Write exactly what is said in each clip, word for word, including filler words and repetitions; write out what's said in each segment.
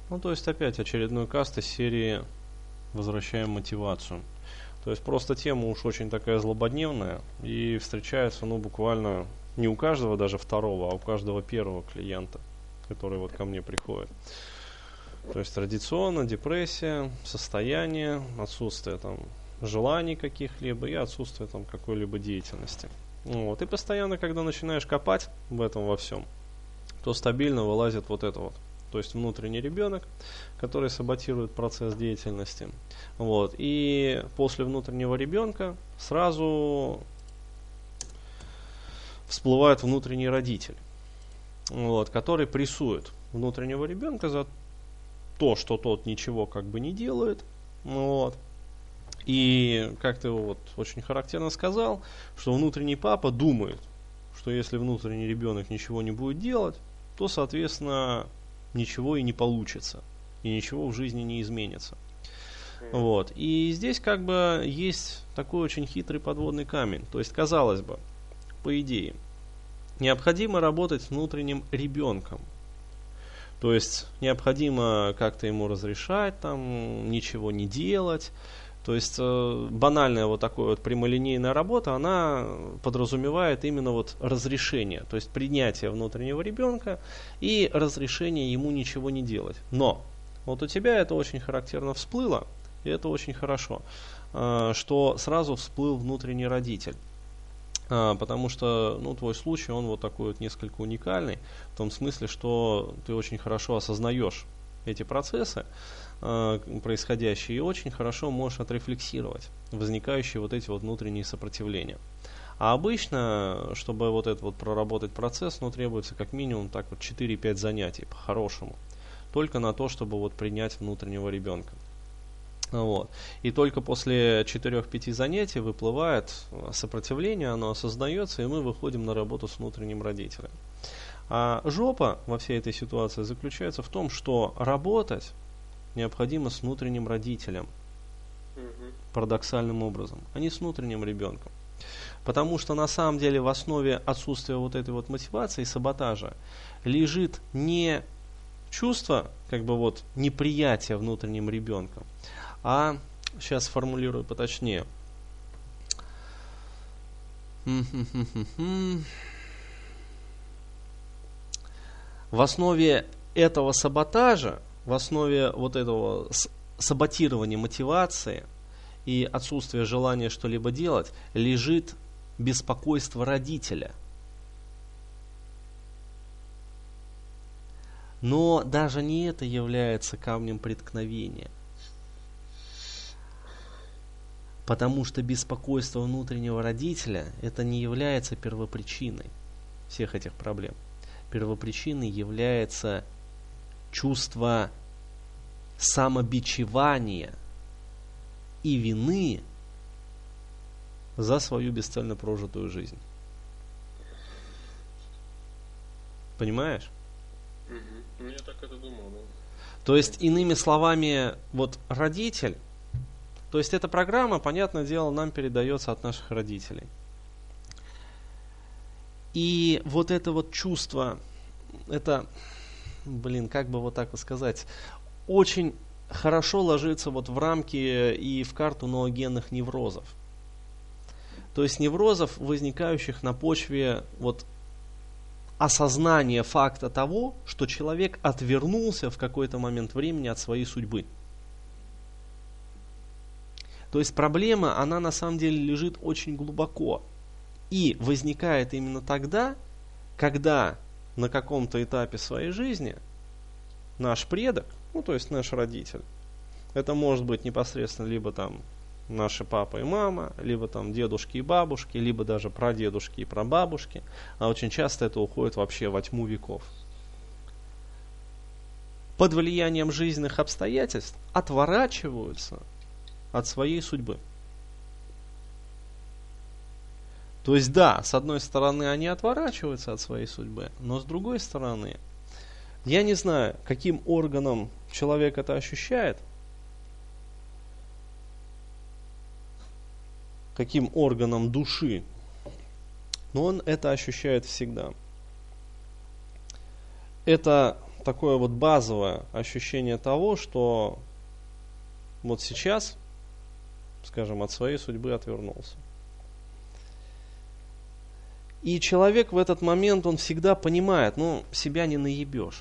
Ну, то есть опять очередной каст из серии «Возвращаем мотивацию». То есть просто тема уж очень такая злободневная, и встречается, ну, буквально не у каждого даже второго, а у каждого первого клиента, который вот ко мне приходит. То есть традиционно депрессия, состояние, отсутствие там желаний каких-либо и отсутствие там какой-либо деятельности. Вот. И постоянно, когда начинаешь копать в этом во всем, то стабильно вылазит вот это вот. То есть внутренний ребенок, который саботирует процесс деятельности. Вот. И после внутреннего ребенка сразу всплывает внутренний родитель, вот, который прессует внутреннего ребенка за то, что тот ничего как бы не делает. Вот. И, как ты вот очень характерно сказал, что внутренний папа думает, что если внутренний ребенок ничего не будет делать, то, соответственно, ничего и не получится, и ничего в жизни не изменится. Вот. И здесь как бы есть такой очень хитрый подводный камень. То есть, казалось бы, по идее, необходимо работать с внутренним ребенком. То есть, необходимо как-то ему разрешать, там, ничего не делать. То есть, э, банальная вот такая вот прямолинейная работа, она подразумевает именно вот разрешение, то есть принятие внутреннего ребенка и разрешение ему ничего не делать. Но вот у тебя это очень характерно всплыло, и это очень хорошо, э, что сразу всплыл внутренний родитель. А, потому что, ну, твой случай, он вот такой вот несколько уникальный, в том смысле, что ты очень хорошо осознаешь эти процессы, э, происходящие, и очень хорошо можешь отрефлексировать возникающие вот эти вот внутренние сопротивления. А обычно, чтобы вот этот вот проработать процесс, ну, требуется как минимум так вот четыре-пять занятий по-хорошему, только на то, чтобы вот принять внутреннего ребенка. Вот. И только после четырех-пяти занятий выплывает сопротивление, оно осознается, и мы выходим на работу с внутренним родителем. А жопа во всей этой ситуации заключается в том, что работать необходимо с внутренним родителем, парадоксальным образом, а не с внутренним ребенком. Потому что на самом деле в основе отсутствия вот этой вот мотивации и саботажа лежит не чувство, как бы вот неприятия внутренним ребенком, а, сейчас сформулирую поточнее. В основе этого саботажа, в основе вот этого саботирования мотивации и отсутствия желания что-либо делать, лежит беспокойство родителя. Но даже не это является камнем преткновения. Потому что беспокойство внутреннего родителя это не является первопричиной всех этих проблем. Первопричиной является чувство самобичевания и вины за свою бесцельно прожитую жизнь. Понимаешь? Угу. Я так это думал, да. То есть, иными словами, вот родитель, то есть эта программа, понятное дело, нам передается от наших родителей. И вот это вот чувство, это, блин, как бы вот так вот сказать, очень хорошо ложится вот в рамки и в карту ноогенных неврозов. То есть неврозов, возникающих на почве вот осознания факта того, что человек отвернулся в какой-то момент времени от своей судьбы. То есть проблема, она на самом деле лежит очень глубоко. И возникает именно тогда, когда на каком-то этапе своей жизни наш предок, ну то есть наш родитель, это может быть непосредственно либо там наши папа и мама, либо там дедушки и бабушки, либо даже прадедушки и прабабушки, а очень часто это уходит вообще во тьму веков. Под влиянием жизненных обстоятельств отворачиваются от своей судьбы. То есть да, с одной стороны они отворачиваются от своей судьбы, но с другой стороны, я не знаю, каким органом человек это ощущает, каким органом души, но он это ощущает всегда. Это такое вот базовое ощущение того, что вот сейчас, скажем, от своей судьбы отвернулся. И человек в этот момент, он всегда понимает, ну, себя не наебешь.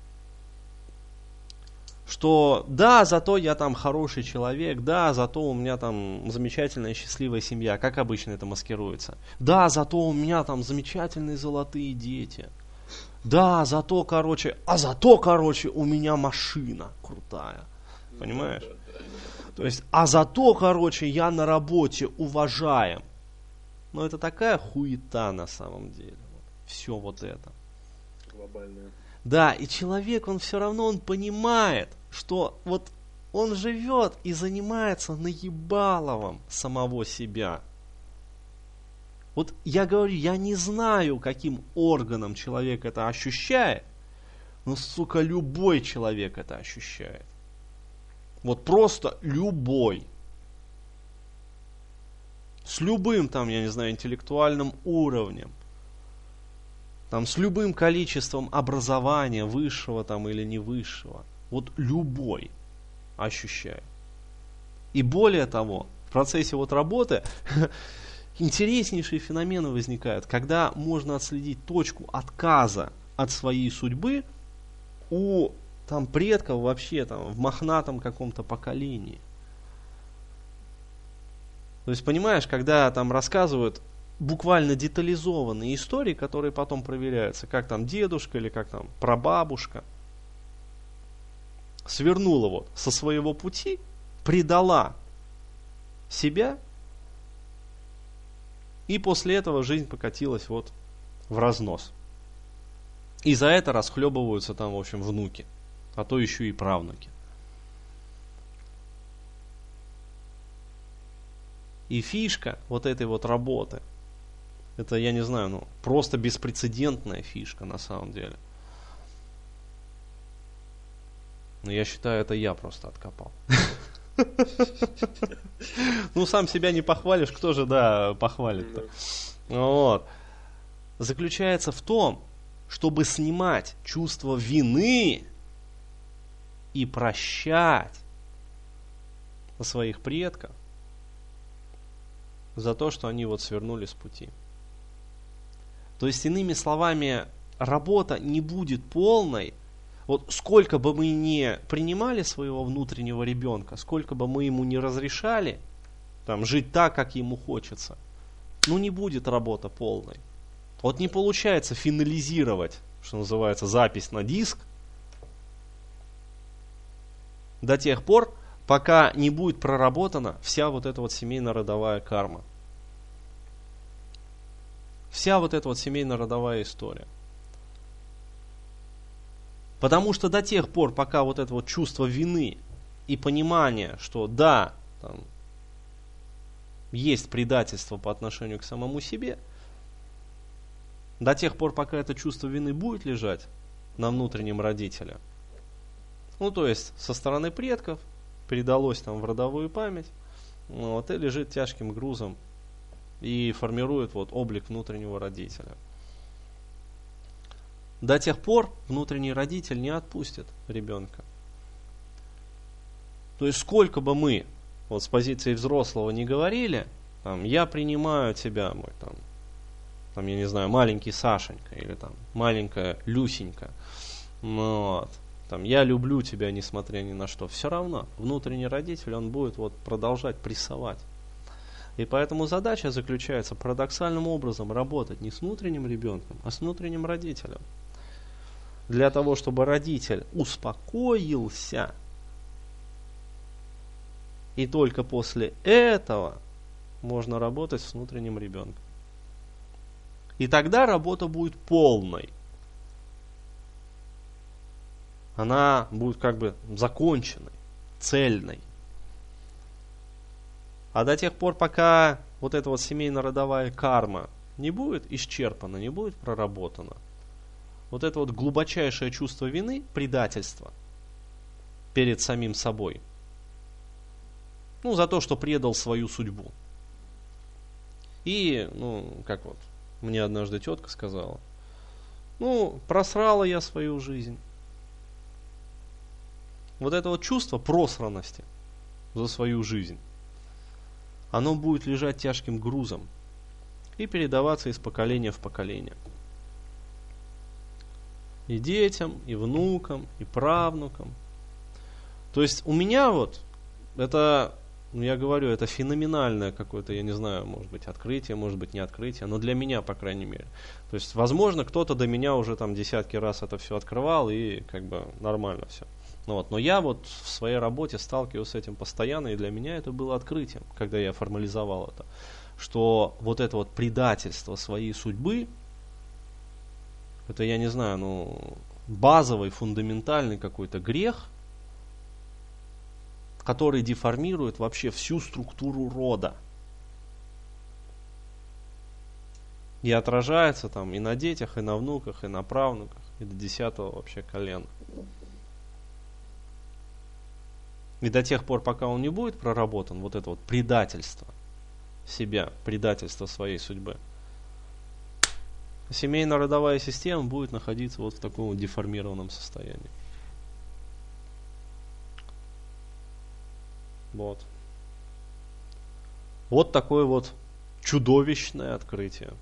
Что да, зато я там хороший человек, да, зато у меня там замечательная счастливая семья, как обычно это маскируется. Да, зато у меня там замечательные золотые дети. Да, зато, короче, а зато, короче, у меня машина крутая. Понимаешь? То есть, а зато, короче, я на работе уважаем. Но это такая хуета на самом деле. Все вот это. Глобальная. Да, и человек, он все равно, он понимает, что вот он живет и занимается наебаловым самого себя. Вот я говорю, я не знаю, каким органом человек это ощущает, но, сука, любой человек это ощущает. Вот просто любой. С любым там, я не знаю, интеллектуальным уровнем. Там, с любым количеством образования, высшего там или не высшего. Вот любой ощущает. И более того, в процессе вот работы интереснейшие феномены возникают, когда можно отследить точку отказа от своей судьбы у там предков вообще там в мохнатом каком-то поколении. То есть, понимаешь, когда там рассказывают буквально детализованные истории, которые потом проверяются, как там дедушка или как там прабабушка свернула вот со своего пути, предала себя, и после этого жизнь покатилась вот в разнос. И за это расхлебываются там, в общем, внуки, а то еще и правнуки. И фишка вот этой вот работы, это, я не знаю, ну, просто беспрецедентная фишка на самом деле. Но я считаю, это я просто откопал. Ну, сам себя не похвалишь, кто же, да, похвалит-то. Вот. Заключается в том, чтобы снимать чувство вины и прощать своих предков за то, что они вот свернули с пути. То есть, иными словами, работа не будет полной. Вот сколько бы мы ни принимали своего внутреннего ребенка, сколько бы мы ему не разрешали там, жить так, как ему хочется, ну не будет работа полной. Вот не получается финализировать, что называется, запись на диск до тех пор, пока не будет проработана вся вот эта вот семейно-родовая карма. Вся вот эта вот семейно-родовая история. Потому что до тех пор, пока вот это вот чувство вины и понимание, что да, там, есть предательство по отношению к самому себе, до тех пор, пока это чувство вины будет лежать на внутреннем родителе, ну то есть со стороны предков, передалось там в родовую память, вот, и лежит тяжким грузом и формирует вот облик внутреннего родителя. До тех пор внутренний родитель не отпустит ребенка. То есть сколько бы мы вот с позиции взрослого не говорили, там, я принимаю тебя, мой там, там, я не знаю, маленький Сашенька или там маленькая Люсенька, вот, там, я люблю тебя, несмотря ни на что, все равно внутренний родитель, он будет вот продолжать прессовать. И поэтому задача заключается парадоксальным образом работать не с внутренним ребенком, а с внутренним родителем. Для того, чтобы родитель успокоился, и только после этого можно работать с внутренним ребенком. И тогда работа будет полной. Она будет как бы законченной, цельной. А до тех пор, пока вот эта вот семейно-родовая карма не будет исчерпана, не будет проработана, вот это вот глубочайшее чувство вины, предательства перед самим собой, ну, за то, что предал свою судьбу. И, ну, как вот мне однажды тетка сказала, ну, просрала я свою жизнь, вот это вот чувство просранности за свою жизнь, оно будет лежать тяжким грузом и передаваться из поколения в поколение. И детям, и внукам, и правнукам. То есть у меня вот, это, ну я говорю, это феноменальное какое-то, я не знаю, может быть открытие, может быть не открытие, но для меня, по крайней мере. То есть, возможно, кто-то до меня уже там десятки раз это все открывал, и как бы нормально все. Ну, вот. Но я вот в своей работе сталкиваюсь с этим постоянно, и для меня это было открытием, когда я формализовал это. Что вот это вот предательство своей судьбы, это, я не знаю, ну, базовый, фундаментальный какой-то грех, который деформирует вообще всю структуру рода. И отражается там и на детях, и на внуках, и на правнуках, и до десятого вообще колена. И до тех пор, пока он не будет проработан, вот это вот предательство себя, предательство своей судьбы, семейно-родовая система будет находиться вот в таком вот деформированном состоянии. Вот. Вот такое вот чудовищное открытие.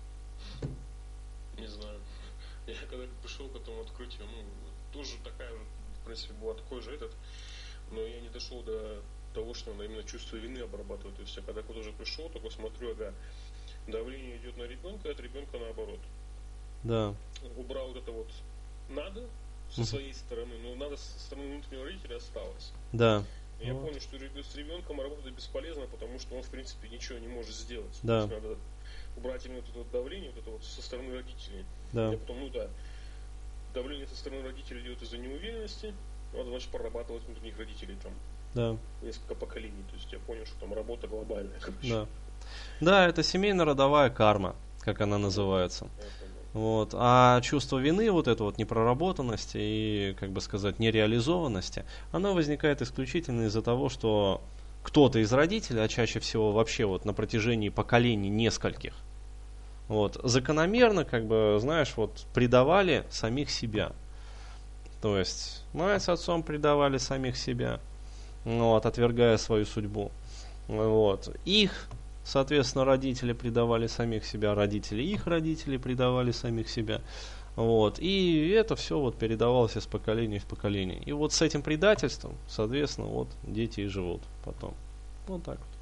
Не знаю. Я когда пришел к этому открытию, ну, тоже такая же, в принципе, была такой же этот, но я не дошел до того, что надо именно чувство вины обрабатывать. То есть я когда куда-то уже пришел, только смотрю, ага, давление идет на ребенка, от ребенка наоборот. Да. Убрал вот это вот надо со uh-huh. своей стороны, но надо со стороны внутреннего родителя осталось. Да. Я вот. понял, что с ребенком работать бесполезно, потому что он, в принципе, ничего не может сделать. Да. То есть надо убрать именно вот это вот давление, вот это вот со стороны родителей. Да. Я потом, ну да, давление со стороны родителей идет из-за неуверенности, надо, значит, прорабатывать внутренних родителей там. Да. Несколько поколений. То есть я понял, что там работа глобальная, короче. Да. Да, это семейно-родовая карма, как она называется. Вот. А чувство вины, вот это вот непроработанности и, как бы сказать, нереализованности, оно возникает исключительно из-за того, что кто-то из родителей, а чаще всего вообще вот на протяжении поколений нескольких, вот, закономерно, как бы, знаешь, вот предавали самих себя. То есть мать с отцом предавали самих себя, вот, отвергая свою судьбу. Вот. Их, соответственно, родители предавали самих себя, родители их родителей предавали самих себя. Вот. И это все вот передавалось из поколения в поколение. И вот с этим предательством, соответственно, вот дети и живут потом. Вот так вот.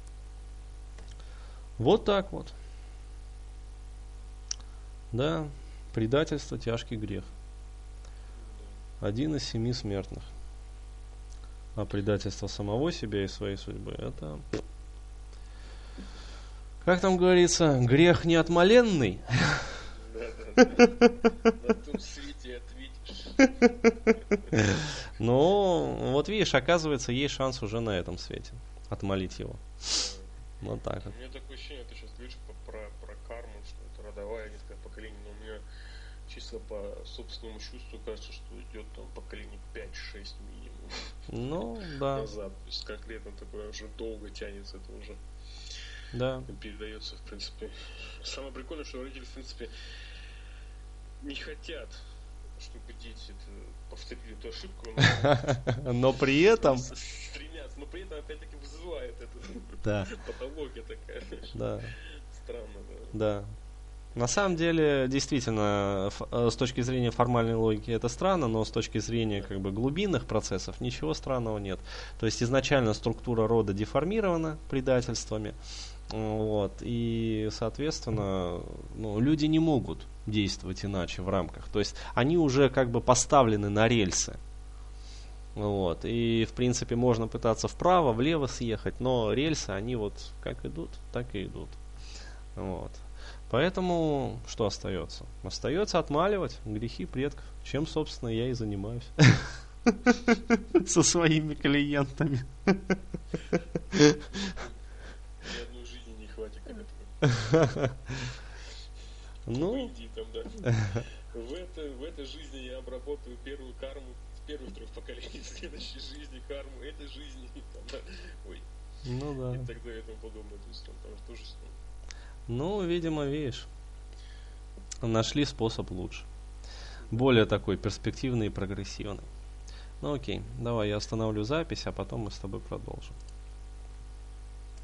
Вот так вот. Да, предательство тяжкий грех. Один из семи смертных. А предательство самого себя и своей судьбы, это, как там говорится, грех неотмоленный. Да, да, да. На том свете ответишь. Ну, вот видишь, оказывается, есть шанс уже на этом свете отмолить его. Вот так вот. У меня такое ощущение, ты сейчас говоришь про, про, про карму, что это родовая несколько поколений, но у меня чисто по собственному чувству кажется, что идет там поколение пять-шесть минимум. Ну, да. Назад. То есть конкретно такое уже долго тянется, это уже да. передается, в принципе. Самое прикольное, что родители, в принципе, не хотят, чтобы дети это повторили эту ошибку, но, но при этом стремятся, но при этом опять-таки вызывает это да. патология такая. Да. Странно, да. Да. На самом деле, действительно, с точки зрения формальной логики это странно, но с точки зрения как бы глубинных процессов ничего странного нет. То есть изначально структура рода деформирована предательствами, вот, и, соответственно, ну, люди не могут действовать иначе в рамках. То есть они уже как бы поставлены на рельсы. Вот, и, в принципе, можно пытаться вправо, влево съехать, но рельсы, они вот как идут, так и идут. Вот. Поэтому что остается? Остается отмаливать грехи предков, чем, собственно, я и занимаюсь. Со своими клиентами. Ни одной жизни не хватит, как это. Ну, в этой, в этой жизни я обработаю первую карму первых трех поколений, в следующей жизни карму этой жизни, там, да, ой, ну да. и так далее и тому подобное. То есть там, там тоже. Ну, видимо, видишь, нашли способ лучше. Более такой перспективный и прогрессивный. Ну окей, давай я остановлю запись, а потом мы с тобой продолжим.